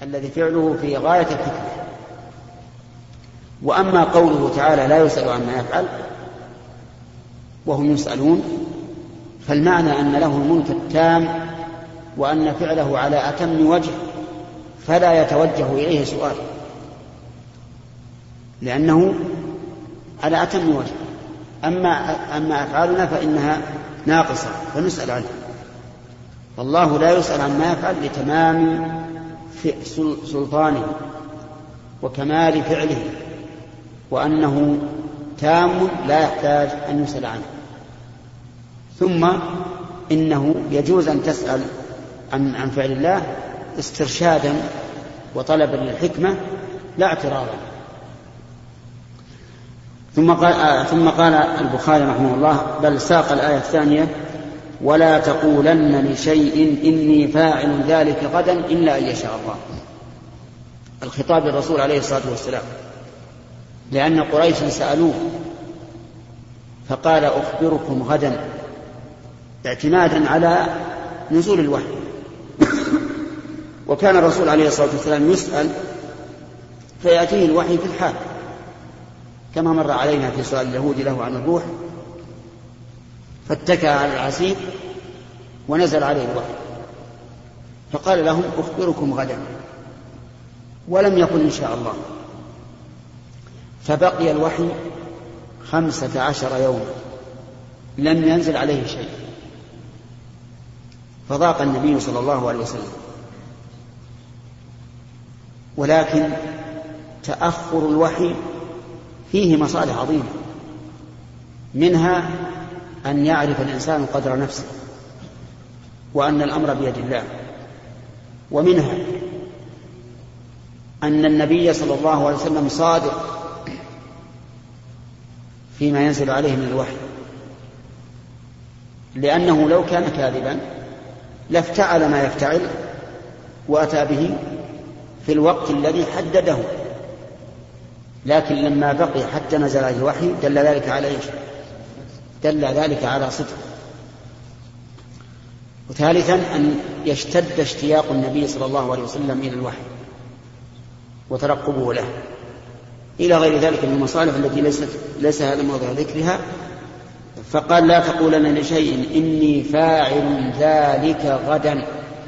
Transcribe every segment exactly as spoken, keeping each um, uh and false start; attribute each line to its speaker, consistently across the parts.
Speaker 1: الذي فعله في غاية الحكمة. وأما قوله تعالى لا يسأل عما يفعل وهم يسألون، فالمعنى أن له الملك التام وأن فعله على أتم وجه فلا يتوجه إليه سؤال، لأنه على أتم وجه. أما, أما أفعالنا فإنها ناقصة فنسأل عنها، فالله لا يسأل عما يفعل لتمام سلطانه وكمال فعله، وأنه تام لا يحتاج أن يسأل عنه. ثم إنه يجوز أن تسأل عن, عن فعل الله استرشادا وطلبا للحكمة لا اعتراضا. ثم قال, آه ثم قال البخاري رحمه الله بل ساق الآية الثانية ولا تقولن لشيء إني فاعل ذلك غدا إلا أن يشاء الله. الخطاب للرسول عليه الصلاة والسلام، لأن قريشا سألوه فقال أخبركم غدا اعتمادا على نزول الوحي. وكان الرسول عليه الصلاة والسلام يسأل فيأتيه الوحي في الحال، كما مر علينا في سؤال اليهود له عن الروح فاتكى على العسير ونزل عليه الوحي فقال لهم أخبركم غدا، ولم يقل إن شاء الله. فبقي الوحي خمسة عشر يوما لم ينزل عليه شيء، فضاق النبي صلى الله عليه وسلم. ولكن تأخر الوحي فيه مصالح عظيمة، منها أن يعرف الإنسان قدر نفسه وأن الأمر بيد الله، ومنها أن النبي صلى الله عليه وسلم صادق فيما ينزل عليه من الوحي، لأنه لو كان كاذبا لافتعل ما يفتعل وأتى به في الوقت الذي حدده، لكن لما بقي حتى نزل عليه الوحي دل ذلك على إيش؟ دل ذلك على صدق. وثالثا أن يشتد اشتياق النبي صلى الله عليه وسلم إلى الوحي وترقبه له، إلى غير ذلك من المصالح التي ليست ليس هذا موضع ذكرها. فقال لا تقولن لشيء إني فاعل ذلك غدا.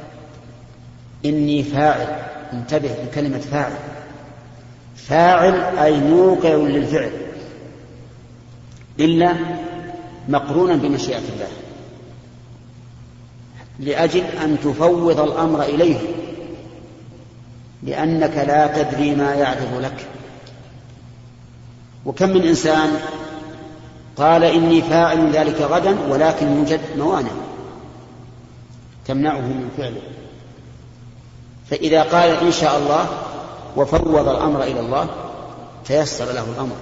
Speaker 1: إني فاعل، انتبه لكلمة فاعل. فاعل أي موقع للفعل، إلا مقرونا بمشيئة الله، لأجل أن تفوض الأمر إليه، لأنك لا تدري ما يعرض لك. وكم من إنسان قال إني فاعل ذلك غدا ولكن يوجد موانع تمنعه من فعله، فإذا قال إن شاء الله وفوض الأمر إلى الله تيسر له الأمر.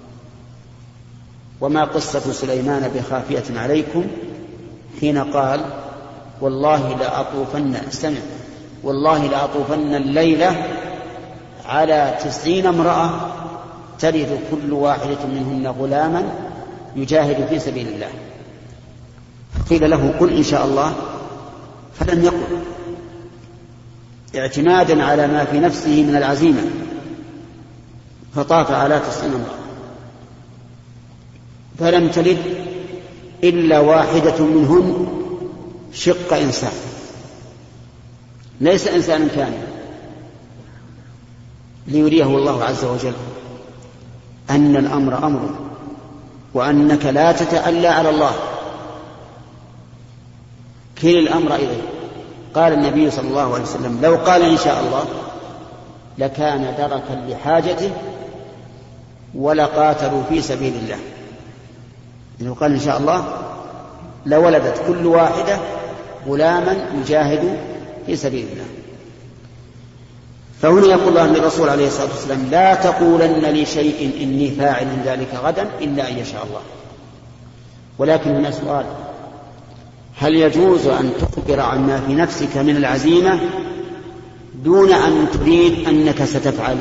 Speaker 1: وما قصة سليمان بخافية عليكم حين قال والله لأطوفن استمع والله لأطوفن الليلة على تسعين امرأة تلد كل واحدة منهن غلاما يجاهد في سبيل الله. قيل له قل إن شاء الله فلم يقل، اعتمادا على ما في نفسه من العزيمة، فطاف على تسعين امرأة فلم تلد إلا واحدة منهن شق إنسان، ليس إنسانا كاملا، ليريه الله عز وجل أن الأمر أمر وأنك لا تتألى على الله، كل الأمر إليه. قال النبي صلى الله عليه وسلم لو قال إن شاء الله لكان دركا لحاجته ولقاتلوا في سبيل الله. لو قال إن شاء الله لولدت كل واحدة غلاما يجاهد في سبيل الله. فهنا يقول الله للرسول عليه الصلاة والسلام لا تقولن لشيء إني فاعل ذلك غدا إلا أن يشاء الله. ولكن هنا سؤال، هل يجوز أن تخبر عما في نفسك من العزيمة دون أن تريد أنك ستفعل؟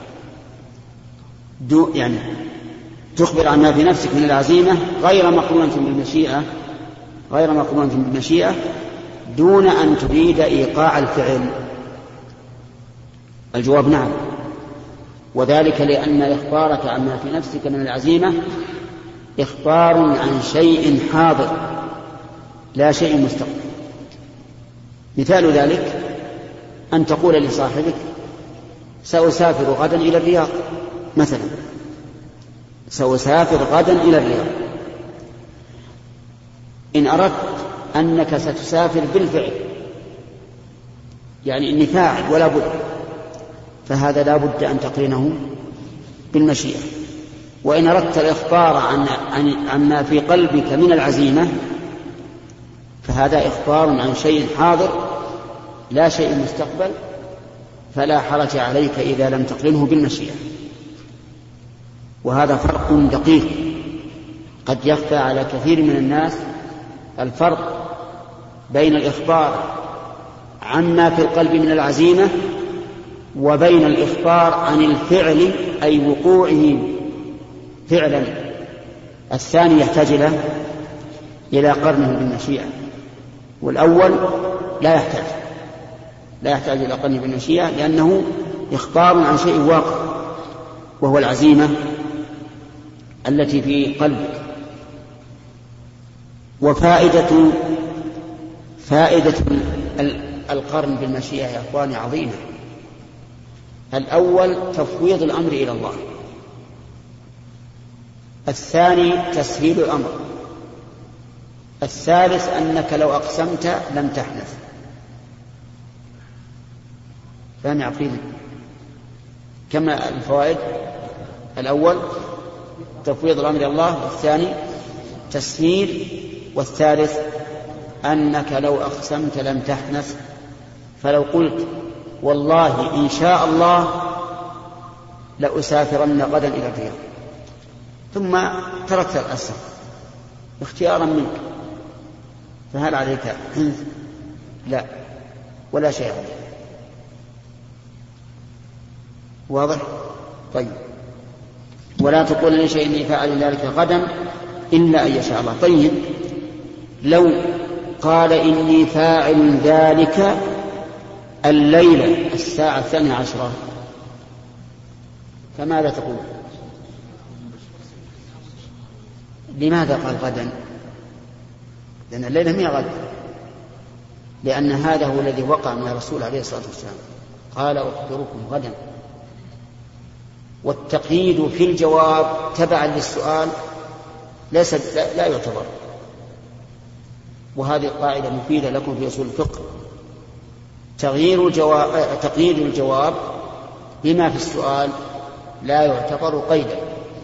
Speaker 1: دو يعني تخبر عما في نفسك من العزيمة غير مقرونة بالمشيئة غير مقرونة بالمشيئة دون أن تريد إيقاع الفعل. الجواب نعم، وذلك لأن إخبارك عما في نفسك من العزيمة إخبار عن شيء حاضر لا شيء مستقبل. مثال ذلك أن تقول لصاحبك سأسافر غدا إلى الرياض مثلا، سأسافر غدا إلى الرياض، إن أردت أنك ستسافر بالفعل يعني إني فاعل ولا بد، فهذا لا بد أن تقرنه بالمشيئة. وإن أردت الإخبار عن عما في قلبك من العزيمة فهذا إخبار عن شيء حاضر لا شيء مستقبل، فلا حرج عليك إذا لم تقرنه بالمشيئة. وهذا فرق دقيق قد يخفى على كثير من الناس، الفرق بين الإخبار عما في القلب من العزيمة وبين الإخبار عن الفعل أي وقوعه فعلا. الثاني يحتاج إلى قرنه بالمشيئة، والأول لا يحتاج لا يحتاج إلى قرنه بالمشيئة، لأنه إخبار عن شيء واقع وهو العزيمة التي في قلبك. وفائدة فائدة القرن بالمشيئة يا أخواني عظيمة. الأول تفويض الأمر إلى الله، الثاني تسهيل الأمر، الثالث أنك لو أقسمت لم تحنث. فهم يا عقيل؟ كما الفوائد: الأول تفويض الأمر إلى الله، والثاني تسهيل، والثالث أنك لو أقسمت لم تحنث. فلو قلت والله إن شاء الله لأسافرن غدا إلى الرياض، ثم تركت الأسر اختيارا منك، فهل عليك حنث؟ لا، ولا شيء عليك. واضح؟ طيب. ولا تقول لشيء إني فاعل ذلك غدا إلا أن يشاء الله. طيب، لو قال إني فاعل ذلك الليلة الساعة الثانية عشرة، فماذا تقول؟ لماذا قال غدا؟ لأن الليلة مئة غد، لأن هذا هو الذي وقع من الرسول عليه الصلاة والسلام، قال أخبركم غدا. والتقييد في الجواب تبعا للسؤال ليس لا, لا يعتبر. وهذه قاعدة مفيدة لكم في أصول الفقه: تغيير الجواب تقييد الجواب بما في السؤال لا يعتبر قيدا.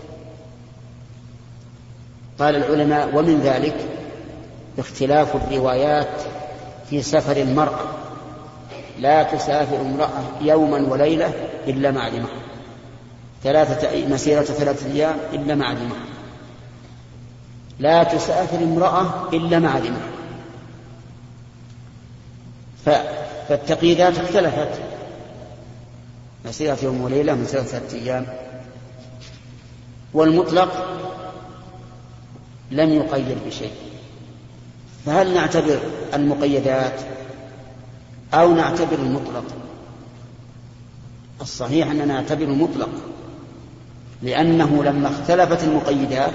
Speaker 1: قال العلماء: ومن ذلك اختلاف الروايات في سفر المرأة، لا تسافر امرأة يوما وليلة إلا مع محرم، ثلاثة مسيرة ثلاثة أيام إلا مع محرم، لا تسافر امرأة إلا مع محرم. فالتقييدات اختلفت: مسيرة يوم وليلة، مسيرة ثلاثة أيام. والمطلق لم يقيد بشيء. فهل نعتبر المقيدات أو نعتبر المطلق؟ الصحيح أننا نعتبر المطلق، لأنه لما اختلفت المقيدات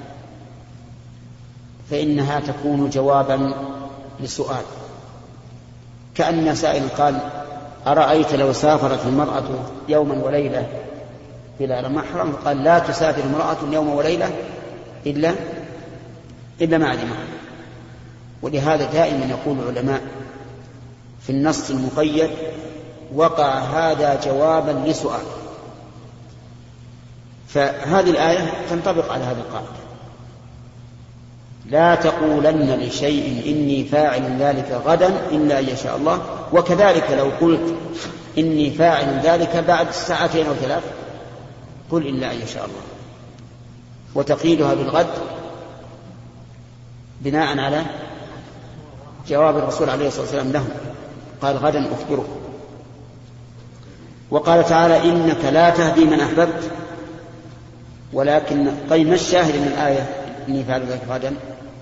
Speaker 1: فإنها تكون جوابا لسؤال. كأن سائل قال: أرأيت لو سافرت المرأة يوما وليلة بلا محرم؟ قال: لا تسافر امرأة يوم وليلة إلا إلا مع محرم. ولهذا دائما يقول العلماء: في النص المقيد وقع هذا جوابا لسؤال. فهذه الآية تنطبق على هذه القاعدة: لا تقولن لشيء إني فاعل ذلك غدا إلا أن يشاء الله. وكذلك لو قلت إني فاعل ذلك بعد ساعتين أو ثلاث، قل إلا أن يشاء الله. وتقييدها بالغد بناء على جواب الرسول عليه الصلاة والسلام له، قال: غدا أخبره. وقال تعالى: إنك لا تهدي من أحببت ولكن. طيب، ما الشاهد من الآية إني فاعل ذلك غدا؟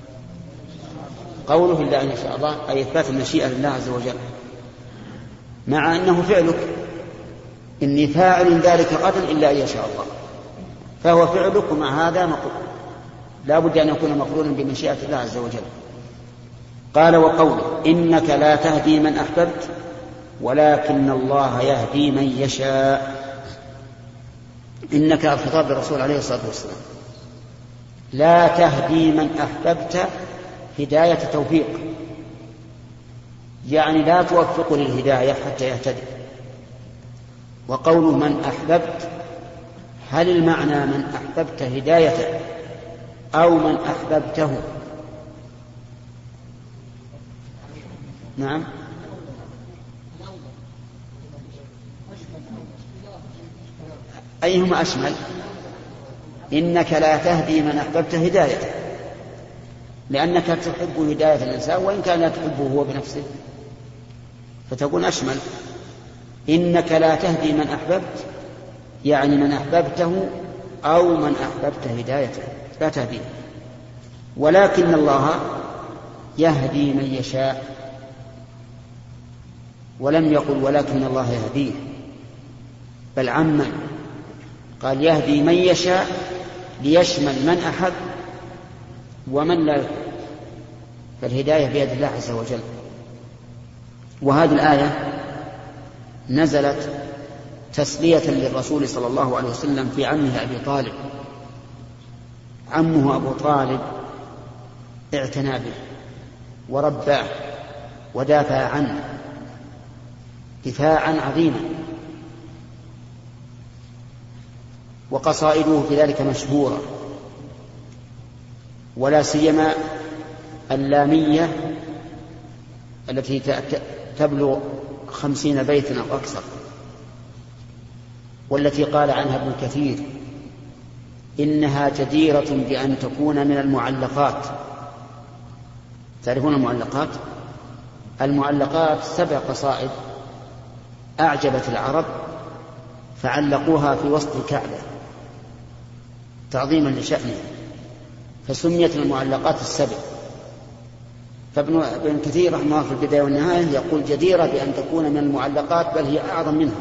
Speaker 1: قوله إلا أن يشاء الله، أي إثبات المشيئة لله عز وجل، مع أنه فعلك إني فاعل ذلك غدا إلا أن يشاء الله، فهو فعلك مع هذا مقرون، لا بد أن يكون مقرونا بمشيئة الله عز وجل. قال وقوله إنك لا تهدي من أحببت ولكن الله يهدي من يشاء. إنك الخطاب للرسول عليه الصلاة والسلام، لا تهدي من أحببت هداية توفيق، يعني لا توفق للهداية حتى يهتدي. وقوله من أحببت، هل المعنى من أحببت هدايته أو من أحببته؟ نعم، أيهما أشمل؟ إنك لا تهدي من أحببت هدايته، لأنك تحب هداية الإنسان وإن كان لا تحبه هو بنفسه، فتكون أشمل. إنك لا تهدي من أحببت يعني من أحببته أو من أحببت هدايته لا تهديه، ولكن الله يهدي من يشاء، ولم يقل ولكن الله يهديه، بل عمن قال يهدي من يشاء ليشمل من أحب ومن لا يحب، فالهداية بيد الله عز وجل. وهذه الآية نزلت تسلية للرسول صلى الله عليه وسلم في عمه أبي طالب. عمه أبو طالب اعتنى به ورباه ودافع عنه دفاعا عظيما، وقصائده في ذلك مشهورة، ولا سيما اللامية التي تبلغ خمسين بيتا أو أكثر، والتي قال عنها ابن كثير إنها جديرة بأن تكون من المعلقات. تعرفون المعلقات؟ المعلقات سبع قصائد أعجبت العرب فعلقوها في وسط الكعبة تعظيما لشأنها، فسميت المعلقات السبع. فابن كثير رحمه الله في البداية والنهاية يقول جديرة بأن تكون من المعلقات، بل هي أعظم منها.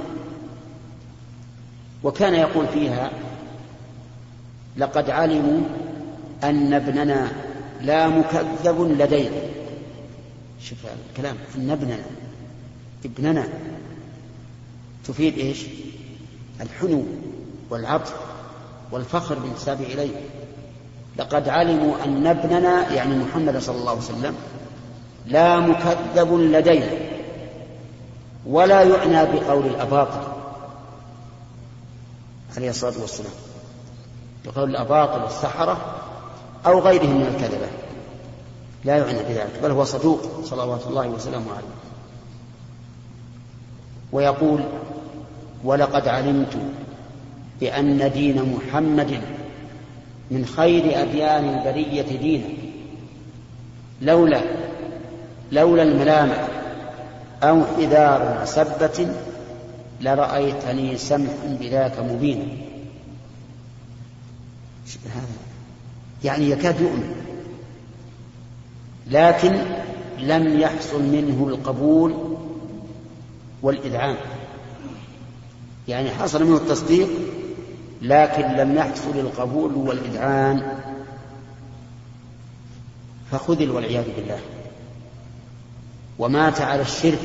Speaker 1: وكان يقول فيها لقد علموا أن ابننا لا مكذب لدينا. شوف الكلام، أن ابننا ابننا تفيد إيش؟ الحنو والعطف والفخر بالنسبة إليه. لقد علموا أن ابننا يعني محمد صلى الله عليه وسلم لا مكذب لدينا، ولا يعنى بقول الأباطل عليه الصلاة والسلام، بقول الأباطل والسحرة أو غيرهم من الكذبة، لا يعنى بذلك، بل هو صدوق صلوات الله وسلامه عليه. ويقول ولقد علمت بأن دين محمد من خير أديان البرية دينا، لولا لولا الملامة أو حذار مسبة لرأيتني سمحا بذاك مبينا. يعني يكاد يؤمن، لكن لم يحصل منه القبول والإذعان، يعني حصل منه التصديق لكن لم يحصل القبول والإذعان، فخذل والعياذ بالله، ومات على الشرك.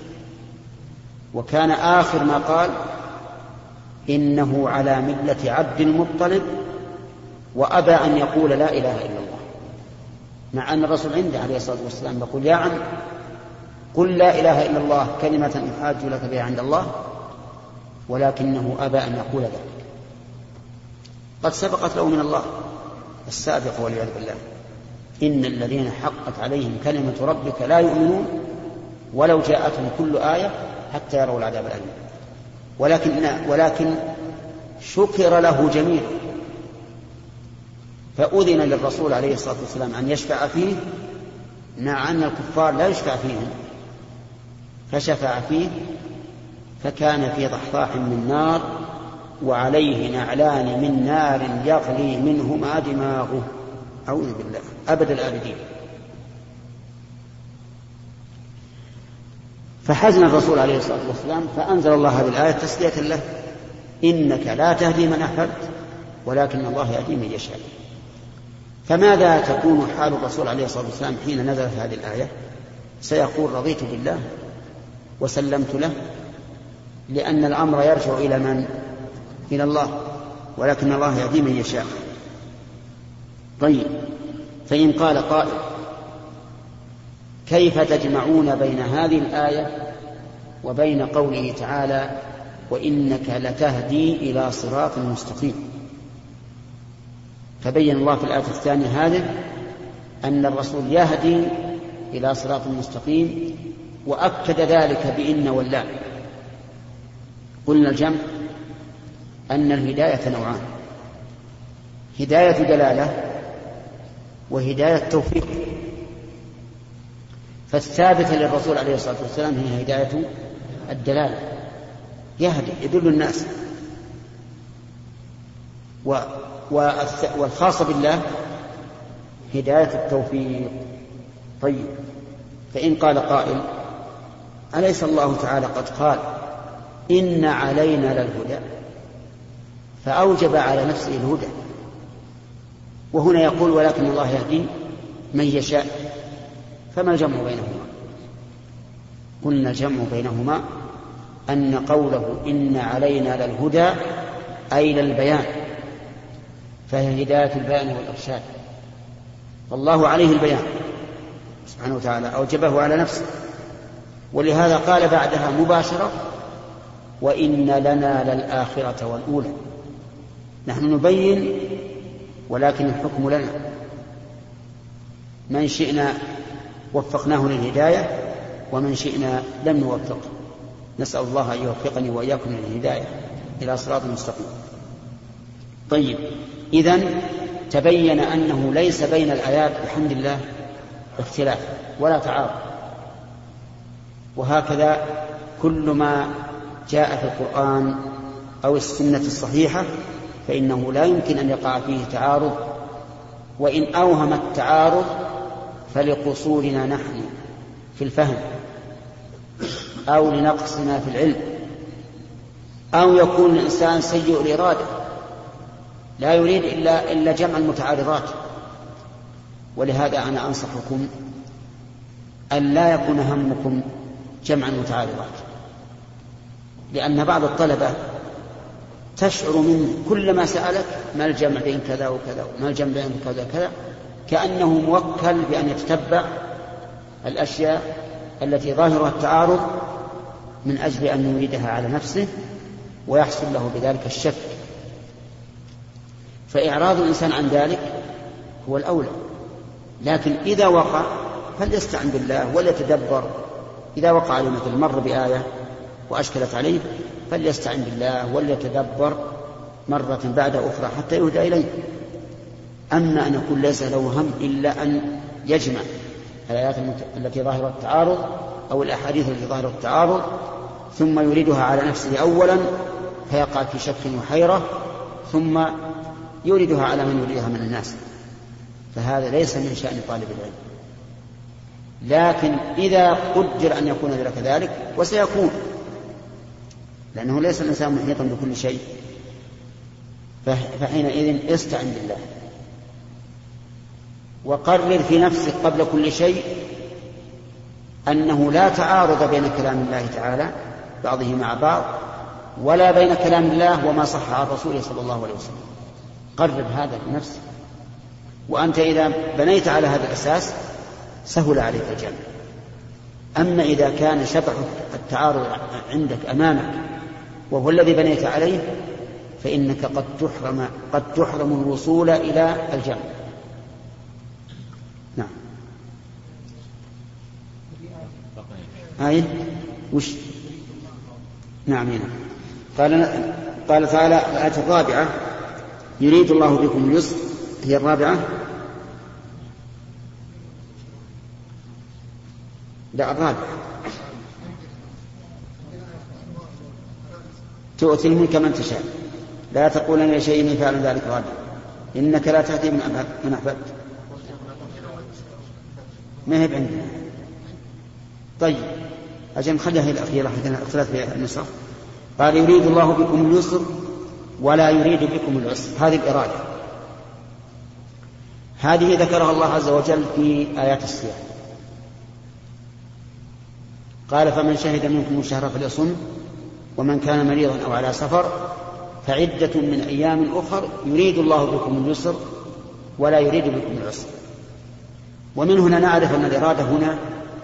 Speaker 1: وكان آخر ما قال إنه على ملة عبد المطلب وأبى أن يقول لا إله إلا الله، مع أن الرسول عنده عليه الصلاة والسلام يقول يا عم قل لا إله إلا الله كلمة أحاج لك بها عند الله، ولكنه أبى أن يقول ذلك. قد سبقت له من الله السابق والعياذ بالله، إن الذين حقت عليهم كلمة ربك لا يؤمنون ولو جاءتهم كل آية حتى يروا العذاب الأليم. ولكن, ولكن شكر له جميل، فأذن للرسول عليه الصلاة والسلام أن يشفع فيه، مع أن الكفار لا يشفع فيهم، فشفع فيه فكان في ضحضاح من نار وعليه نعلان من نار يغلي منهما دماغه، أعوذ بالله، أبد الآبدين. فحزن الرسول عليه الصلاة والسلام فأنزل الله هذه الآية تسلية له: إنك لا تهدي من أحببت ولكن الله يهدي من يشاء. فماذا تكون حال الرسول عليه الصلاة والسلام حين نزلت هذه الآية؟ سيقول: رضيت بالله وسلمت له، لأن الأمر يرجع إلى من؟ إلى الله، ولكن الله يهدي من يشاء. طيب، فإن قال قائل: كيف تجمعون بين هذه الآية وبين قوله تعالى: وإنك لتهدي إلى صراط مستقيم؟ فبين الله في الآية الثانية هذه أن الرسول يهدي إلى صراط مستقيم، وأكد ذلك بإن واللام. قلنا الجمع أن الهداية نوعان: هداية دلالة وهداية توفيق. فالثابتة للرسول عليه الصلاة والسلام هي هداية الدلالة، يهدي يدل الناس، و والخاصة بالله هداية التوفيق. طيب، فإن قال قائل: أليس الله تعالى قد قال إن علينا للهدى، فأوجب على نفسه الهدى، وهنا يقول ولكن الله يهدي من يشاء، فما الجمع بينهما؟ قلنا الجمع بينهما أن قوله إن علينا للهدى أي للبيان، فهي هداية البيان والإرشاد، والله عليه البيان سبحانه وتعالى، أوجبه على نفسه، ولهذا قال بعدها مباشرة: وإن لنا للآخرة والأولى. نحن نبين ولكن الحكم لنا، من شئنا وفقناه للهداية ومن شئنا لم نوفقه. نسأل الله أن يوفقني وإياكم للهداية إلى صراط مستقيم. طيب، إذن تبين أنه ليس بين الآيات بحمد الله اختلاف ولا تعارض، وهكذا كل ما جاء في القرآن أو السنة الصحيحة فإنه لا يمكن أن يقع فيه تعارض، وإن أوهم التعارض فلقصورنا نحن في الفهم أو لنقصنا في العلم، أو يكون الإنسان سيء الإرادة لا يريد إلا, إلا جمع المتعارضات. ولهذا أنا أنصحكم أن لا يكون همكم جمع المتعارضات، لأن بعض الطلبة تشعر من كل ما سألك ما الجمع بين كذا وكذا وما الجمع بين كذا وكذا، كأنه موكل بأن يتتبع الأشياء التي ظاهرها التعارض من أجل أن يريدها على نفسه ويحصل له بذلك الشك. فإعراض الإنسان عن ذلك هو الأولى، لكن إذا وقع فليستعن بالله وليتدبر. إذا وقع عليه مثل مر بآية وأشكلت عليه فليستعن بالله وليتدبر مرة بعد أخرى حتى يهدى إليه. أما أن يكون ليس له هم إلا أن يجمع الآيات التي ظاهرة التعارض أو الأحاديث التي ظاهرة التعارض ثم يريدها على نفسه أولا فيقع في شك وحيرة، ثم يريدها على من يريدها من الناس، فهذا ليس من شأن طالب العلم. لكن إذا قدر أن يكون ذلك كذلك وسيكون، لأنه ليس الإنسان محيطا بكل شيء، فحينئذ استعن بالله وقرر في نفسك قبل كل شيء أنه لا تعارض بين كلام الله تعالى بعضه مع بعض ولا بين كلام الله وما صح عن رسوله صلى الله عليه وسلم. قرر هذا لنفسك، وأنت إذا بنيت على هذا الأساس سهل عليك الجمع. أما إذا كان شبح التعارض عندك أمامك وهو الذي بنيت عليه فإنك قد تحرم, قد تحرم الوصول إلى الجمع. نعم. آية وش؟ نعم هنا قال, قال تعالى الآية الرابعة: يريد الله بكم اليسر. هي الرابعة؟ لا، الرابعة: تؤتي الملك من تشاء لا تقولن لشيء فعل ذلك غدا إنك لا تهدي من أحببت. ما هي عندنا. طيب، عشان خليها هي الأخيرة حتى اختلف في النسخ. قال يريد الله بكم اليسر ولا يريد بكم العسر، هذه الإرادة، هذه ذكرها الله عز وجل في آيات الصيام. قال فمن شهد منكم الشهر فليصم ومن كان مريضا أو على سفر فعدة من أيام أخر يريد الله بكم اليسر ولا يريد بكم العسر. ومن هنا نعرف أن الإرادة هنا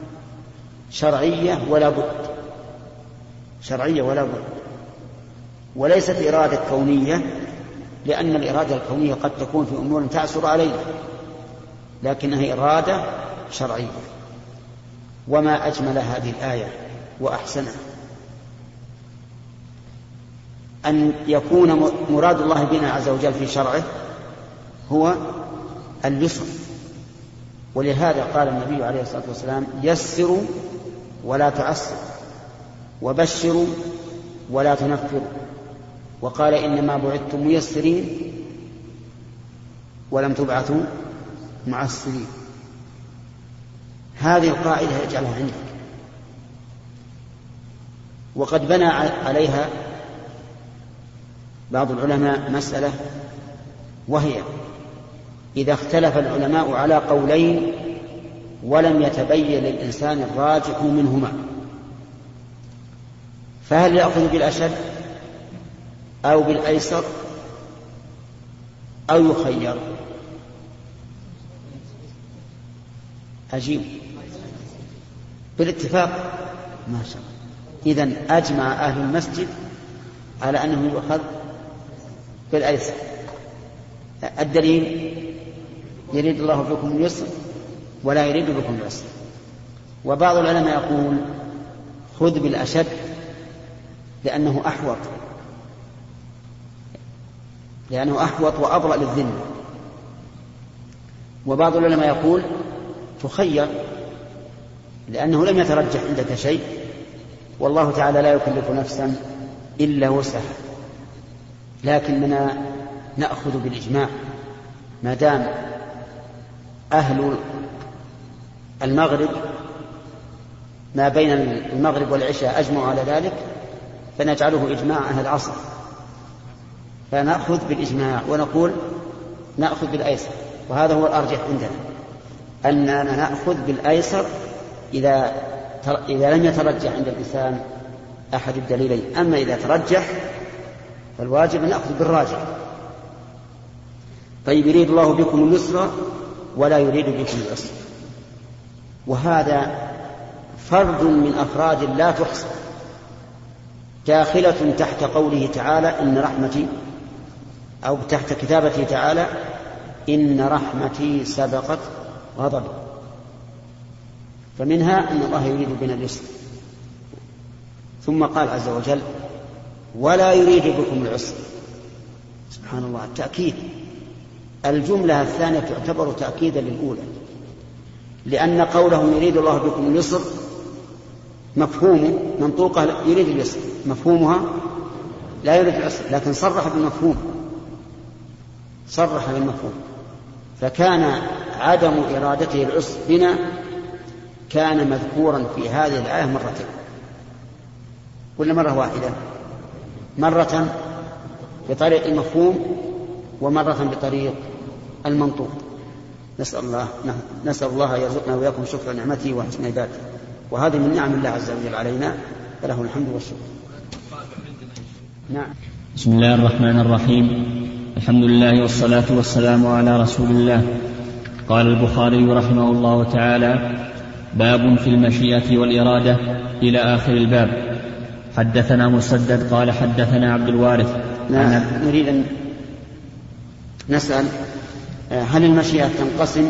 Speaker 1: شرعية ولا بد، شرعية ولا بد، وليست إرادة كونية، لأن الإرادة الكونية قد تكون في أمور تعسر علينا، لكنها إرادة شرعية. وما أجمل هذه الآية وأحسنها أن يكون مراد الله بنا عز وجل في شرعه هو اليسر. ولهذا قال النبي عليه الصلاة والسلام يسروا ولا تعسروا وبشروا ولا تنفروا، وقال إنما بعثتم ميسرين ولم تبعثوا معسرين. هذه القاعدة يجعلها عندك. وقد بنى عليها بعض العلماء مسألة، وهي إذا اختلف العلماء على قولين ولم يتبين للإنسان الراجح منهما، فهل يأخذ بالأشد أو بالأيسر أو يخير؟ أجيب بالاتفاق ما شاء الله. إذن أجمع أهل المسجد على أنه يؤخذ بالأيسر. الدليل يريد الله بكم اليسر ولا يريد بكم العسر. وبعض العلماء يقول خذ بالأشد لأنه أحوط، لأنه أحوط وأبرأ للذمة. وبعض العلماء يقول تخير لأنه لم يترجح عندك شيء، والله تعالى لا يكلف نفسا إلا وسعها. لكننا نأخذ بالإجماع، ما دام أهل المغرب ما بين المغرب والعشاء أجمعوا على ذلك فنجعله إجماع أهل العصر، فنأخذ بالإجماع ونقول نأخذ بالأيسر. وهذا هو الأرجح عندنا، أننا نأخذ بالأيسر إذا إذا لم يترجح عند الإنسان أحد الدليلين. أما إذا ترجح فالواجب أن نأخذ بالراجح. طيب يريد الله بكم اليسر ولا يريد بكم العسر، وهذا فرد من أفراد لا تحصى، داخلة تحت قوله تعالى إن رحمتي، أو تحت كتابته تعالى إن رحمتي سبقت غضبي. فمنها أن الله يريد بنا اليسر. ثم قال عز وجل ولا يريد بكم العسر. سبحان الله، التأكيد. الجملة الثانية تعتبر تأكيدا للأولى، لأن قوله يريد الله بكم اليسر مفهومه منطوقة يريد اليسر، مفهومها لا يريد العسر، لكن صرح بالمفهوم، صرح بالمفهوم. فكان عدم إرادته العسر بنا كان مذكورا في هذه الآية مرتين، ولا مرة واحدة؟ مرة بطريق المفهوم ومرة بطريق المنطوق. نسأل الله نسأل الله يرزقنا وإياكم شكر نعمته وحسن عبادته، وهذه من نعم الله عز وجل علينا، فله الحمد والشكر. نعم.
Speaker 2: بسم الله الرحمن الرحيم، الحمد لله والصلاة والسلام على رسول الله. قال البخاري رحمه الله تعالى باب في المشيئة والإرادة إلى آخر الباب. حدثنا مسدد قال حدثنا عبد الوارث.
Speaker 1: نعم. نريد أن نسأل هل المشيئة تنقسم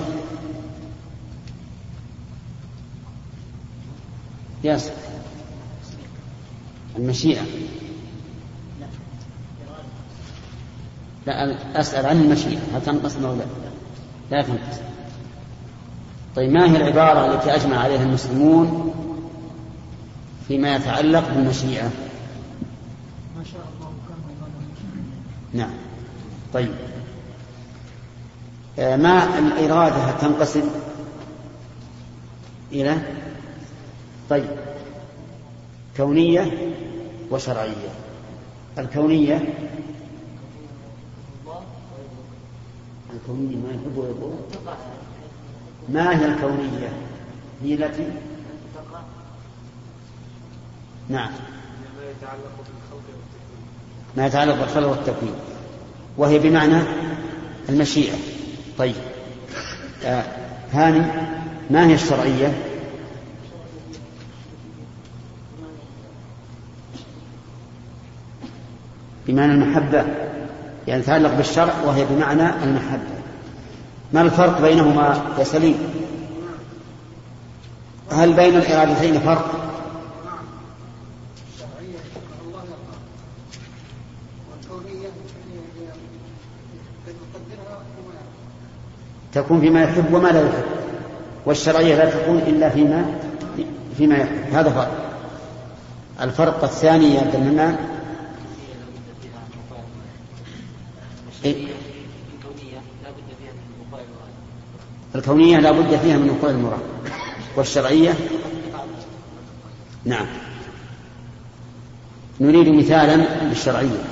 Speaker 1: ياسر المشيئة؟ لا، أسأل عن المشيئة هل تنقسم أو لا؟ لا تنقسم. طيب ما هي العبارة التي أجمع عليها المسلمون فيما يتعلق بالمشيئة؟
Speaker 3: ما شاء الله كان.
Speaker 1: نعم. طيب ما الإرادة تنقسم إلى طيب كونية وشرعية. الكونية الكونية ما يحب ويبغض. ما هي الكونية؟ هي التي نعم ما يتعلق بالخلق والتكوين، وهي بمعنى المشيئة. طيب آه هاني، ما هي الشرعية؟ بمعنى المحبة، يعني تتعلق بالشرع وهي بمعنى المحبة. ما الفرق بينهما يا سليم؟ هل بين الإرادتين فرق؟ تكون فيما يحب وما لا يحب، والشرعية لا تكون إلا فيما فيما يحب. هذا فرق. الفرق الثاني يا عبد المنان إيه؟ الكونية لا بد فيها من وقوع المراد، والشرعية نعم. نريد مثالا للشرعية.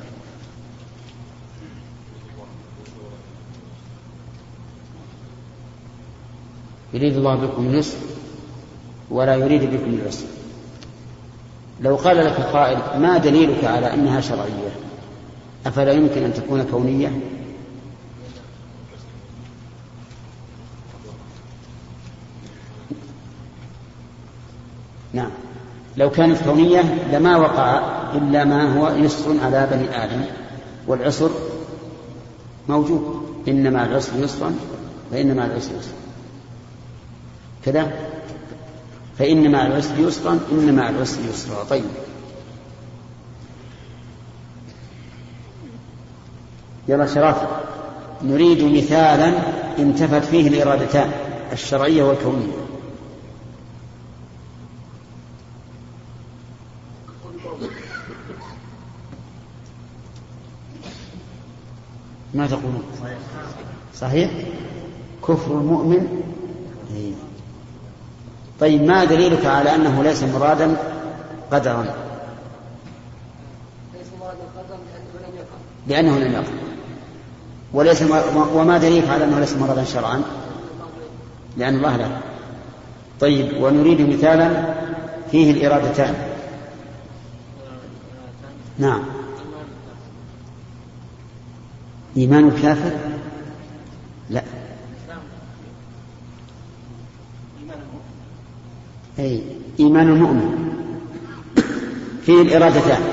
Speaker 1: يريد الله بكم اليسر ولا يريد بكم العسر. لو قال لك قائل ما دليلك على أنها شرعية؟ أفلا يمكن أن تكون كونية؟ نعم، لو كانت كونية لما وقع إلا ما هو يسر على بني آدم، والعسر موجود. إنما العسر يسرا فإنما العسر يسرا كذا، فإنما العسر يسرا إنما العسر يسرا. طيب يلا شرف، نريد مثالا انتفت فيه الإرادتان الشرعية والكونية. ما تقولون؟ صحيح، كفر المؤمن. طيب ما دليلك على أنه ليس مرادا قدرا؟ لأنه لم يقع. وليس وما دليلك على أنه ليس مرادا شرعا؟ لأن الله لا. طيب ونريد مثالا فيه الإرادتان. نعم، إيمان الكافر لا، أي إيمان المؤمن فيه الإرادتان،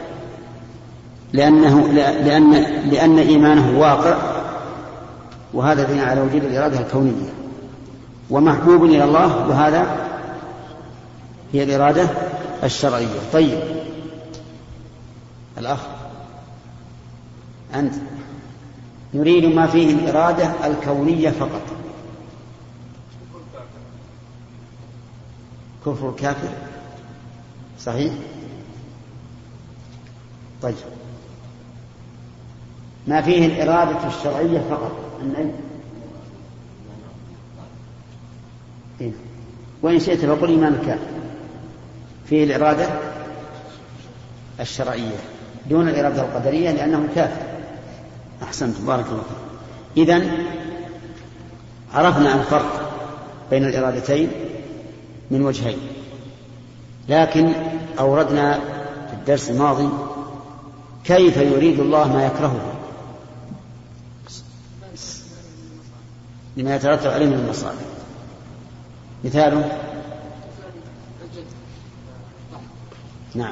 Speaker 1: لأنه لأن لأن إيمانه واقع، وهذا دليل على وجود الإرادة الكونية، ومحبوب إلى الله، وهذا هي الإرادة الشرعية. طيب الأخ أنت، نريد ما فيه الإرادة الكونية فقط. كفر الكافر صحيح. طيب ما فيه الإرادة الشرعية فقط. النبي إيه؟ وإن شئت فقل إيمان الكافر فيه الإرادة الشرعية دون الإرادة القدرية لأنه كافر. أحسنت، بارك الله فيك. إذن عرفنا الفرق بين الإرادتين من وجهين، لكن أوردنا في الدرس الماضي كيف يريد الله ما يكرهه لما يترتب عليه من المصالح. مثاله نعم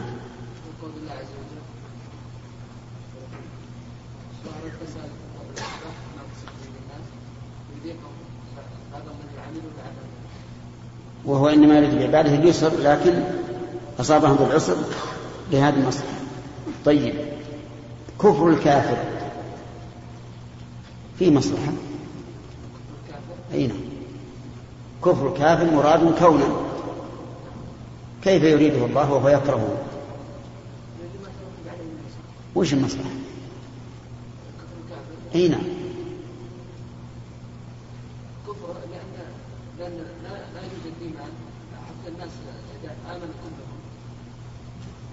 Speaker 1: وهو إنما يريد بعباده اليسر لكن أصابهم بالعسر لهذه المصلحة. طيب كفر الكافر فيه مصلحة. أين كفر الكافر مراد كونا، كيف يريده الله وهو يكرهه؟ وش المصلحة؟ أين
Speaker 4: كفر لأن لأن لا لا يوجد إيمان حتى الناس إذا آمنوا كلهم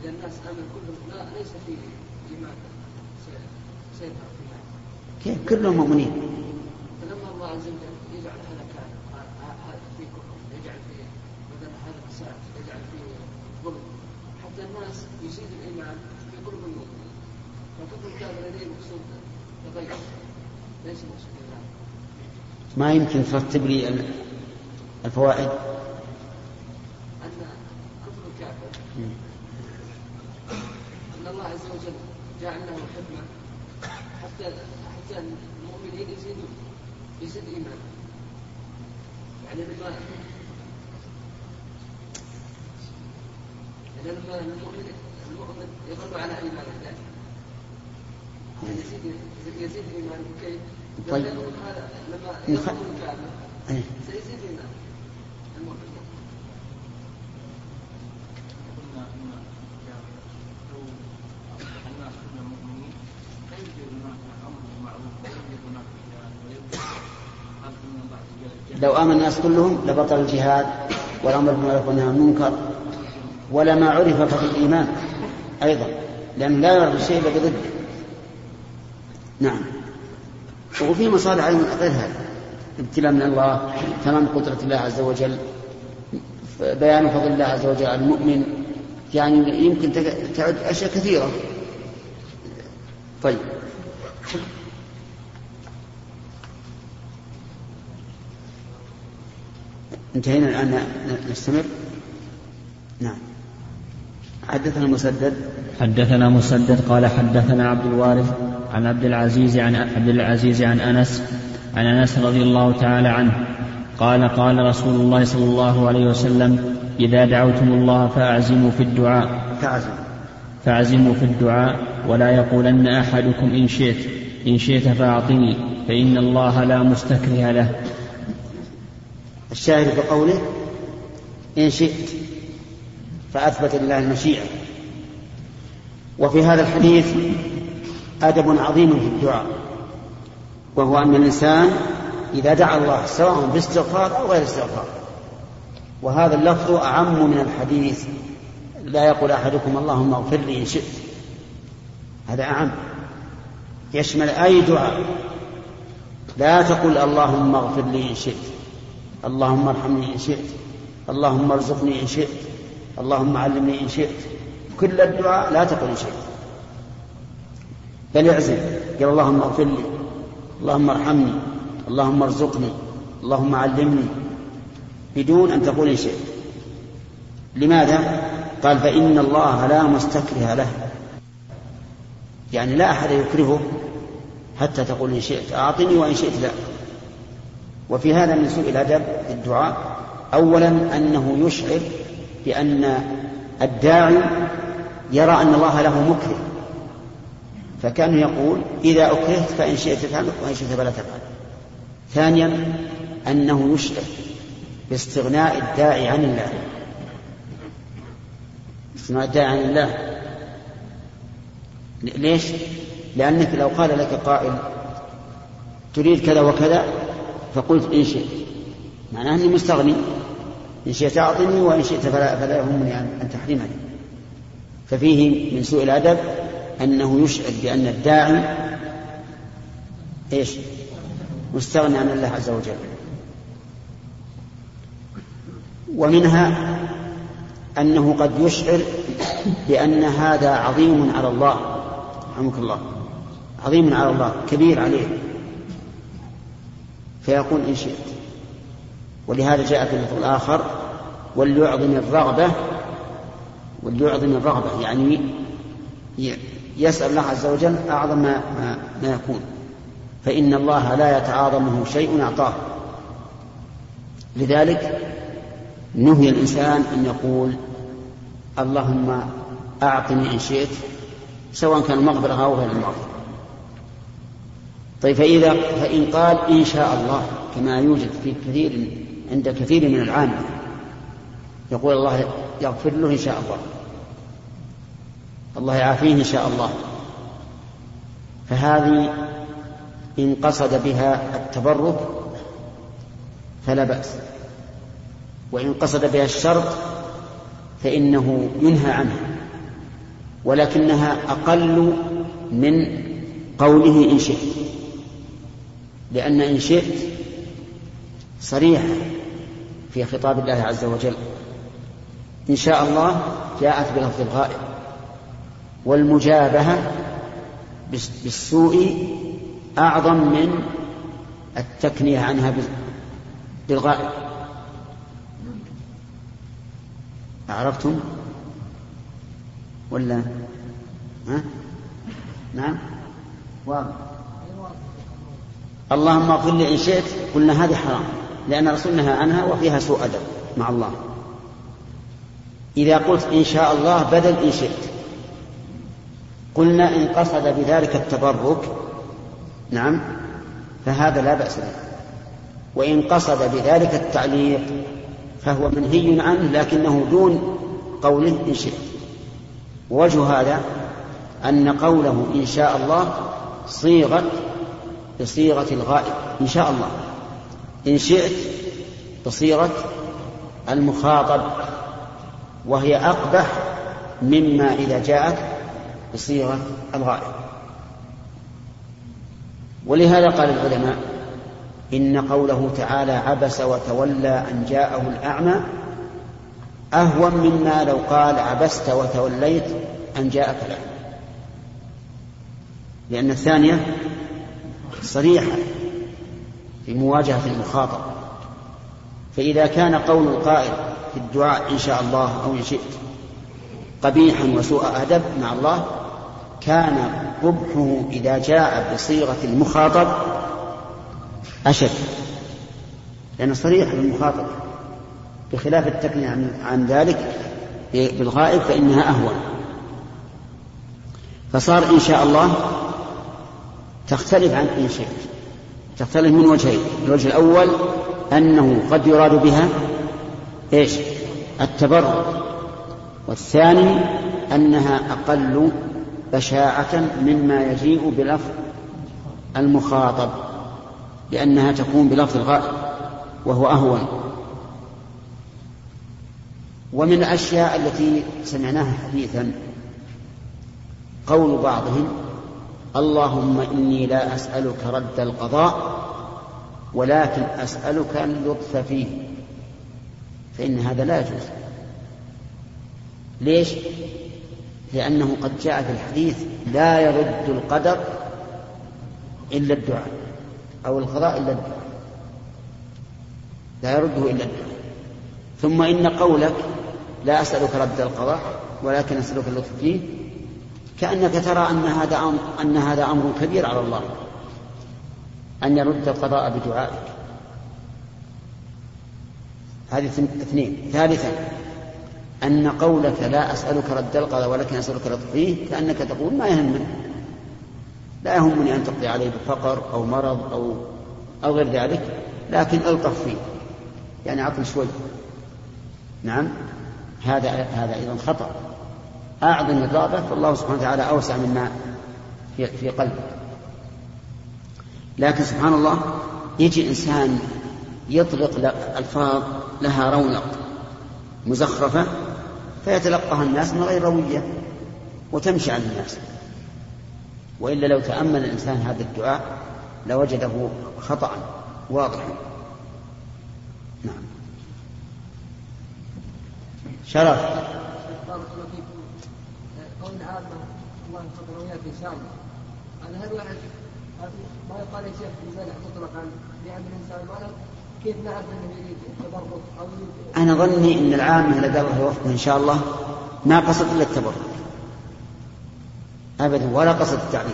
Speaker 4: إذا الناس آمن كلهم لا ليس فيه إيمان سيظهر فيها.
Speaker 1: كيف كلهم مؤمنين؟
Speaker 4: فلما الله عز وجل يجعل هذا كان هذا في كفر، يجعل فيه مثلا هذا فساد، يجعل فيه ظلم، حتى الناس يزيد الإيمان في قلوب المؤمنين. فكفر الكافر لديه مقصود تغير ليس مقصود الإيمان.
Speaker 1: ما يمكن ترتب لي الفوائد؟
Speaker 4: أن كفر الكافر أن الله عز وجل جعل له حكمة حتى حتى المؤمنين يزيدوا يزيد إيمان. يعني لما يعني لما المؤمن المؤمن يظل على إيمانه يعني يزيد يزيد إيمانه كيف؟
Speaker 1: طيب.
Speaker 4: هذا لما يكون الكافر سيزيد إيمان المؤمن.
Speaker 1: لو آمن الناس كلهم لبطل الجهاد والأمر بالمعروف والنهي عن المنكر ولما عرف ففي الإيمان أيضا، لأنه لا يعرف الشيء إلا بضده. نعم. وفي مصالح غير هذا، ابتلاء من الله، تمام قدرة الله عز وجل، بيان فضل الله عز وجل على المؤمن، يعني يمكن تعد أشياء كثيرة. طيب. انتهينا الآن نستمر. نعم. حدثنا مسدد
Speaker 2: حدثنا مسدد قال حدثنا عبد الوارث عن عبد العزيز عن عبد العزيز عن أنس عن أنس رضي الله تعالى عنه قال قال رسول الله صلى الله عليه وسلم إذا دعوتم الله فأعزموا في الدعاء
Speaker 1: فأعزموا
Speaker 2: فأعزموا في الدعاء ولا يقولن أحدكم إن شئت إن شئت فأعطني فإن الله لا مستكره له.
Speaker 1: الشاهد بقوله إن شئت، فأثبت الله المشيئة. وفي هذا الحديث أدب عظيم في الدعاء، وهو أن الإنسان إذا دعا الله سواء باستغفار أو غير استغفار، وهذا اللفظ أعم من الحديث لا يقول أحدكم اللهم اغفر لي إن شئت، هذا أعم يشمل أي دعاء. لا تقل اللهم اغفر لي إن شئت، اللهم ارحمني إن شئت، اللهم ارزقني إن شئت، اللهم علمني إن شئت، كل الدعاء لا تقل إن شئت، بل يعزم قال اللهم اغفر لي، اللهم ارحمني، اللهم ارزقني، اللهم علمني، بدون أن تقول إن شئت. لماذا؟ قال فإن الله لا مستكره له، يعني لا أحد يكرهه حتى تقول إن شئت أعطني وإن شئت لا. وفي هذا من سوء الأدب في الدعاء أولا أنه يشعر بأن الداعي يرى أن الله له مكره، فكان يقول إذا أكرهت فإن شئت تفعل وإن شئت فلا تفعل. ثانيا أنه يشعر باستغناء الداعي عن الله، استغناء الداعي عن الله. ليش؟ لأنك لو قال لك قائل تريد كذا وكذا فقلت إن شئت، معناه أني مستغني، إن شئت أعطني وإن شئت فلا, فلا يهمني أن تحرمني. ففيه من سوء الأدب أنه يشعر بأن الداعي إيش؟ مستغني عن الله عز وجل. ومنها أنه قد يشعر بأن هذا عظيم على الله، رحمك الله، عظيم على الله، كبير عليه، فيقول إن شئت. ولهذا جاء في اللفظ الآخر وليعظم الرغبة، وليعظم الرغبة يعني يسأل الله عز وجل أعظم ما, ما, ما يكون، فإن الله لا يتعاظمه شيء أعطاه. لذلك نهي الإنسان أن يقول اللهم أعطني إن شئت، سواء كان المغفرة أو غير المغفرة. طيب فإذا فإن قال إن شاء الله، كما يوجد في كثير عند كثير من العامة، يقول الله يغفر له إن شاء الله، الله يعافيه إن شاء الله، فهذه إن قصد بها التبرك فلا بأس، وإن قصد بها الشرط فإنه ينهى عنه. ولكنها أقل من قوله إن شئت، لأن إن شئت صريحة في خطاب الله عز وجل، إن شاء الله جاءت بلفظ الغائب، والمجابهة بالسوء أعظم من التكنية عنها بالغائب. أعرفتم ولا ها؟ نعم واضح. اللهم اغفر لي إن شئت، قلنا هذه حرام لأن رسول نهى عنها وفيها سوء أدب مع الله. إذا قلت إن شاء الله بدل إن شئت، قلنا إن قصد بذلك التبرك نعم فهذا لا بأس به، وإن قصد بذلك التعليق فهو منهي عنه لكنه دون قوله إن شئت. ووجه هذا أن قوله إن شاء الله صيغة بصيغة الغائب إن شاء الله، إن شئت بصيغة المخاطب، وهي أقبح مما إذا جاءت بصيغة الغائب. ولهذا قال العلماء إن قوله تعالى عبس وتولى أن جاءه الأعمى أهون مما لو قال عبست وتوليت أن جاءك الأعمى، لأن الثانية صريحة في مواجهة المخاطب. فإذا كان قول القائل في الدعاء إن شاء الله أو إن شئت قبيحا وسوء أدب مع الله، كان قبحه إذا جاء بصيغة المخاطب أشد، لأنه صريح بالمخاطب، بخلاف التكنية عن, عن ذلك بالغائب فإنها أهون. فصار إن شاء الله تختلف عن إن شئت، تختلف من وجهين. الوجه الأول أنه قد يراد بها إيش؟ التبرك، والثاني أنها أقل بشاعة مما يجيء بلفظ المخاطب، لأنها تكون بلفظ الغائب وهو أهون. ومن الأشياء التي سمعناها حديثا قول بعضهم اللهم إني لا أسألك رد القضاء ولكن أسألك اللطف فيه، فإن هذا لا يجوز. ليش؟ لأنه قد جاء في الحديث لا يرد القدر إلا الدعاء، أو القضاء إلا الدعاء، لا يرده إلا الدعاء. ثم إن قولك لا أسألك رد القضاء ولكن أسألك اللطف فيه كأنك ترى أن هذا أمر, أن هذا أمر كبير على الله أن يرد القضاء بدعائك. هذه اثنين. ثالثا أن قولك لا أسألك رد القضاء ولكن أسألك اللطف فيه كأنك تقول ما يهمني، لا يهمني أن تقضي عليه بفقر أو مرض أو, أو غير ذلك، لكن ألطف فيه، يعني عطل شوي. نعم، هذا هذا أيضا خطأ. أعظم الرغبة فالله سبحانه وتعالى أوسع مما في, في قلبك. لكن سبحان الله يجي إنسان يطلق ألفاظ لها رونق مزخرفة فيتلقاها الناس من غير روية وتمشي على الناس، وإلا لو تأمل الإنسان هذا الدعاء لوجده خطأ واضحا. نعم. شرف.
Speaker 4: قولنا هذا الله يفضل وياك إن شاء الله، أنا هل واحد ما يقال يا شيخ مزالح مطلقا لأن الإنسان ولد كيف نعرف أنه يريد التبرك أو يريد؟
Speaker 1: أنا ظني أن العام الذي الله يوفقه إن شاء الله ما قصد إلا التبرك أبدا ولا قصد التعليق،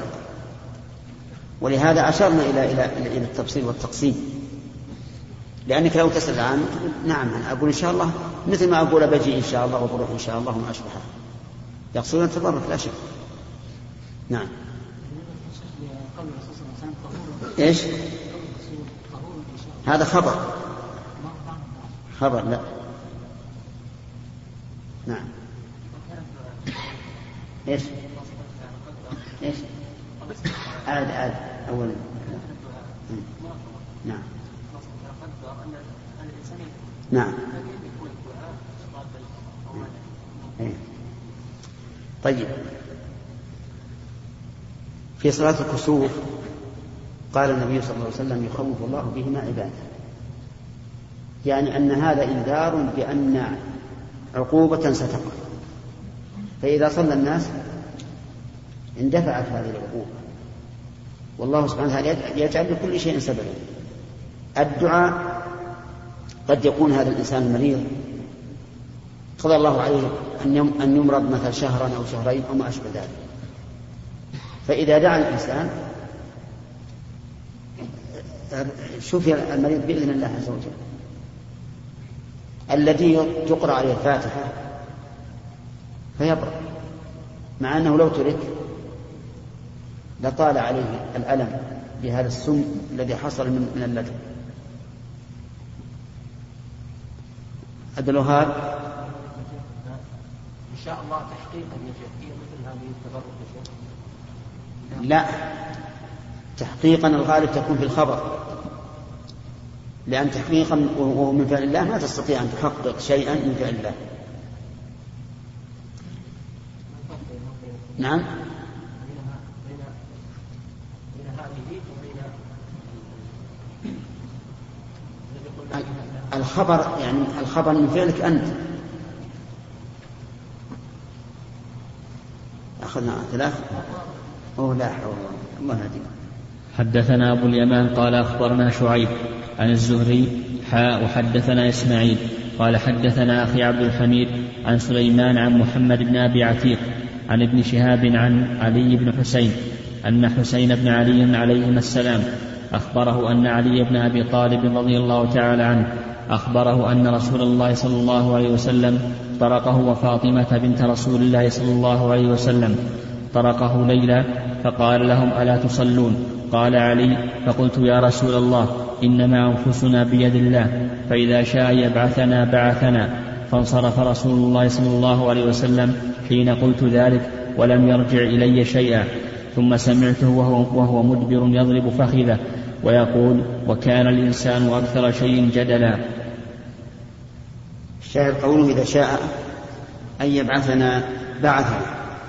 Speaker 1: ولهذا أشرنا إلى إلى إلى التفصيل والتقسيم. لأنك لو تسأل العام نعم أنا أقول إن شاء الله مثل ما أقول بجي إن شاء الله وبروح إن شاء الله وما أشبهها، يقصدون التبرك لا شك. نعم. إيش؟ هذا خبر خبر لا. نعم. إيش؟ إيش؟ عاد عاد أولا. نعم. نعم. طيب في صلاة الكسوف قال النبي صلى الله عليه وسلم يخوف الله بهما عباده، يعني أن هذا إنذار بأن عقوبة ستقع، فإذا صلى الناس اندفعت هذه العقوبة. والله سبحانه وتعالى يجعل لكل شيء سببا. الدعاء قد يكون هذا الإنسان مريض قضى الله عليه أن يمرض مثل شهرا أو شهرين أو ما أشبه ذلك، فإذا دعا الإنسان شفي المريض بإذن الله عز وجل. الذي تقرأ عليه الفاتحة فيبرأ، مع أنه لو ترك لطال عليه الألم بهذا السم الذي حصل من اللدغ. عبد الوهاب
Speaker 4: إن شاء الله تحقيقا يجب مثل هذه التبرك.
Speaker 1: لا، تحقيقا الغالب تكون في الخبر، لأن تحقيقا وهو من فعل الله ما تستطيع أن تحقق شيئا من فعل الله. نعم، الخبر يعني الخبر من فعلك أنت. أخذنا ثلاث أو لا حول الله هدي.
Speaker 2: حدثنا أبو اليمان قال أخبرنا شعيب عن الزهري حاء وحدثنا إسماعيل قال حدثنا أخي عبد الحميد عن سليمان عن محمد بن أبي عتيق عن ابن شهاب عن علي بن حسين أن حسين بن علي عليهما السلام أخبره أن علي بن أبي طالب رضي الله تعالى عنه أخبره أن رسول الله صلى الله عليه وسلم طرقه وفاطمة بنت رسول الله صلى الله عليه وسلم طرقه ليلا فقال لهم ألا تصلون؟ قال علي فقلت يا رسول الله إنما أنفسنا بيد الله، فإذا شاء يبعثنا بعثنا. فانصرف رسول الله صلى الله عليه وسلم حين قلت ذلك ولم يرجع إلي شيئا، ثم سمعته وهو, وهو مدبر يضرب فخذه ويقول وكان الإنسان أكثر شيء جدلا.
Speaker 1: الشاهد قوله إذا شاء أن يبعثنا بعثنا،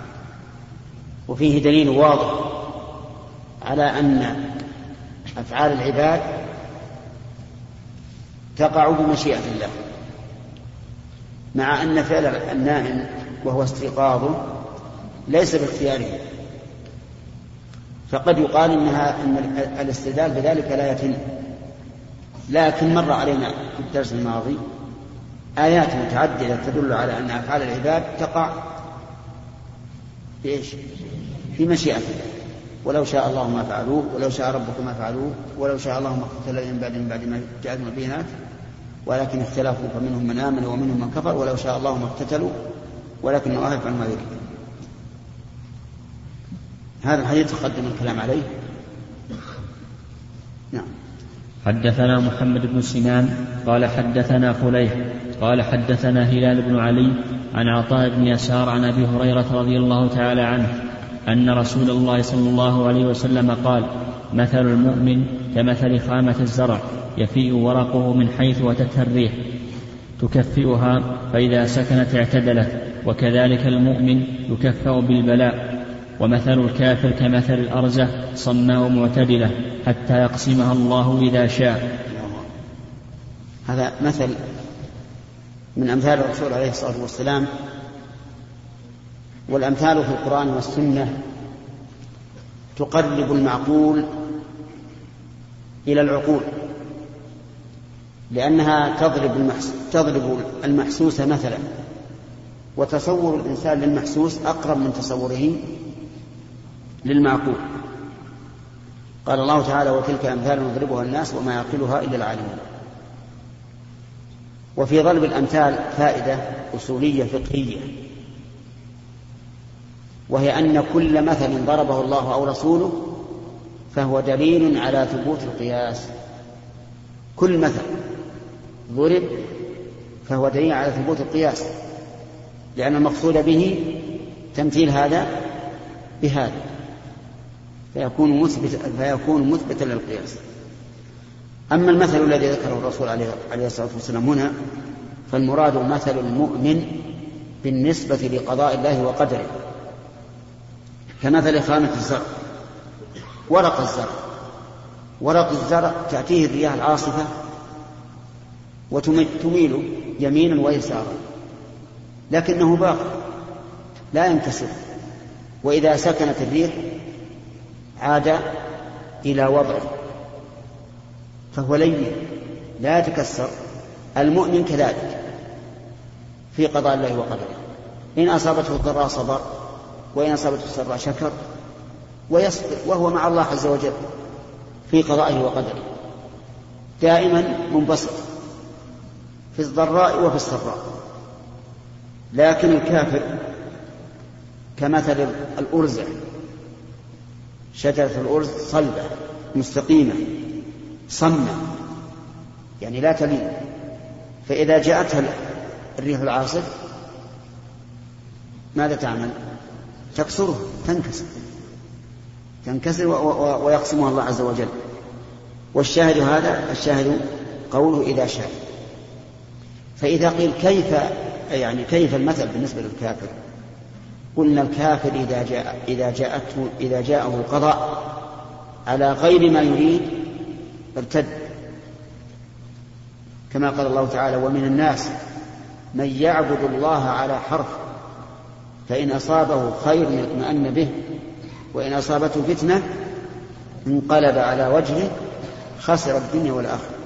Speaker 1: وفيه دليل واضح على أن أفعال العباد تقع بمشيئة الله، مع أن فعل النائم وهو استيقاظه ليس باختياره، فقد يقال إنها أن الاستدلال بذلك لا يتم. لكن مر علينا في الدرس الماضي آيات متعددة تدل على أن أفعال العباد تقع بإيش؟ في مشيئة الله. ولو شاء الله ما فعلوه، ولو شاء ربك ما فعلوه، ولو شاء الله ما اقتتل من بعد من بعد ما جاءتهم البينات ولكن اختلفوا فمنهم من آمن ومنهم من كفر ولو شاء الله ما اقتتلوا ولكن الله يفعل ما يريد. هذا الحديث تقدم الكلام عليه. نعم.
Speaker 2: حدثنا محمد بن سنان قال حدثنا خليح قال حدثنا هلال بن علي عن عطاء بن يسار عن أبي هريرة رضي الله تعالى عنه أن رسول الله صلى الله عليه وسلم قال مثل المؤمن كمثل خامة الزرع يفيء ورقه من حيث وتتها الريح تكفئها فإذا سكنت اعتدلت، وكذلك المؤمن يكفأ بالبلاء. ومثل الكافر كمثل الأرزة صماء معتدلة حتى يقسمها الله إذا شاء.
Speaker 1: هذا مثل من أمثال الرسول عليه الصلاة والسلام، والأمثال في القرآن والسنة تقرب المعقول إلى العقول، لأنها تضرب, المحس... تضرب المحسوس مثلا، وتصور الإنسان للمحسوس أقرب من تصوره للمعقول. قال الله تعالى وتلك أمثال نضربها الناس وما يعقلها إلا العالمون. وفي ضرب الأمثال فائدة أصولية فقهية، وهي أن كل مثل ضربه الله أو رسوله فهو دليل على ثبوت القياس. كل مثل ضرب فهو دليل على ثبوت القياس، لأن المقصود به تمثيل هذا بهذا فيكون مثبتا فيكون مثبتا للقياس. أما المثل الذي ذكره الرسول عليه الصلاة والسلام هنا فالمراد مثل المؤمن بالنسبة لقضاء الله وقدره كمثل خامة الزرع ورق الزرع. ورق الزرع تأتيه الرياح العاصفة وتميله يمينا ويسارا، لكنه باقي لا ينكسر، وإذا سكنت الريح عاد إلى وضعه فهو لين لا يتكسر. المؤمن كذلك في قضاء الله وقدره، إن أصابته الضراء صبر، وإن أصابته السراء شكر ويصبر، وهو مع الله عز وجل في قضائه وقدره دائما منبسط في الضراء وفي السراء. لكن الكافر كمثل الأرز، شجرة الأرز صلبة مستقيمة صمة يعني لا تلين، فإذا جاءتها الريح العاصف ماذا تعمل؟ تكسره، تنكسر تنكسر ويقسمها الله عز وجل. والشاهد هذا الشاهد قوله إذا شاء. فإذا قيل كيف يعني كيف المثل بالنسبة للكافر؟ قلنا الكافر إذا جاء إذا جاءته إذا جاءه القضاء على غير ما يريد ارتد، كما قال الله تعالى: ومن الناس من يعبد الله على حرف، فإن أصابه خير اطمأن به، وإن أصابته فتنة انقلب على وجهه خسر الدنيا والآخرة.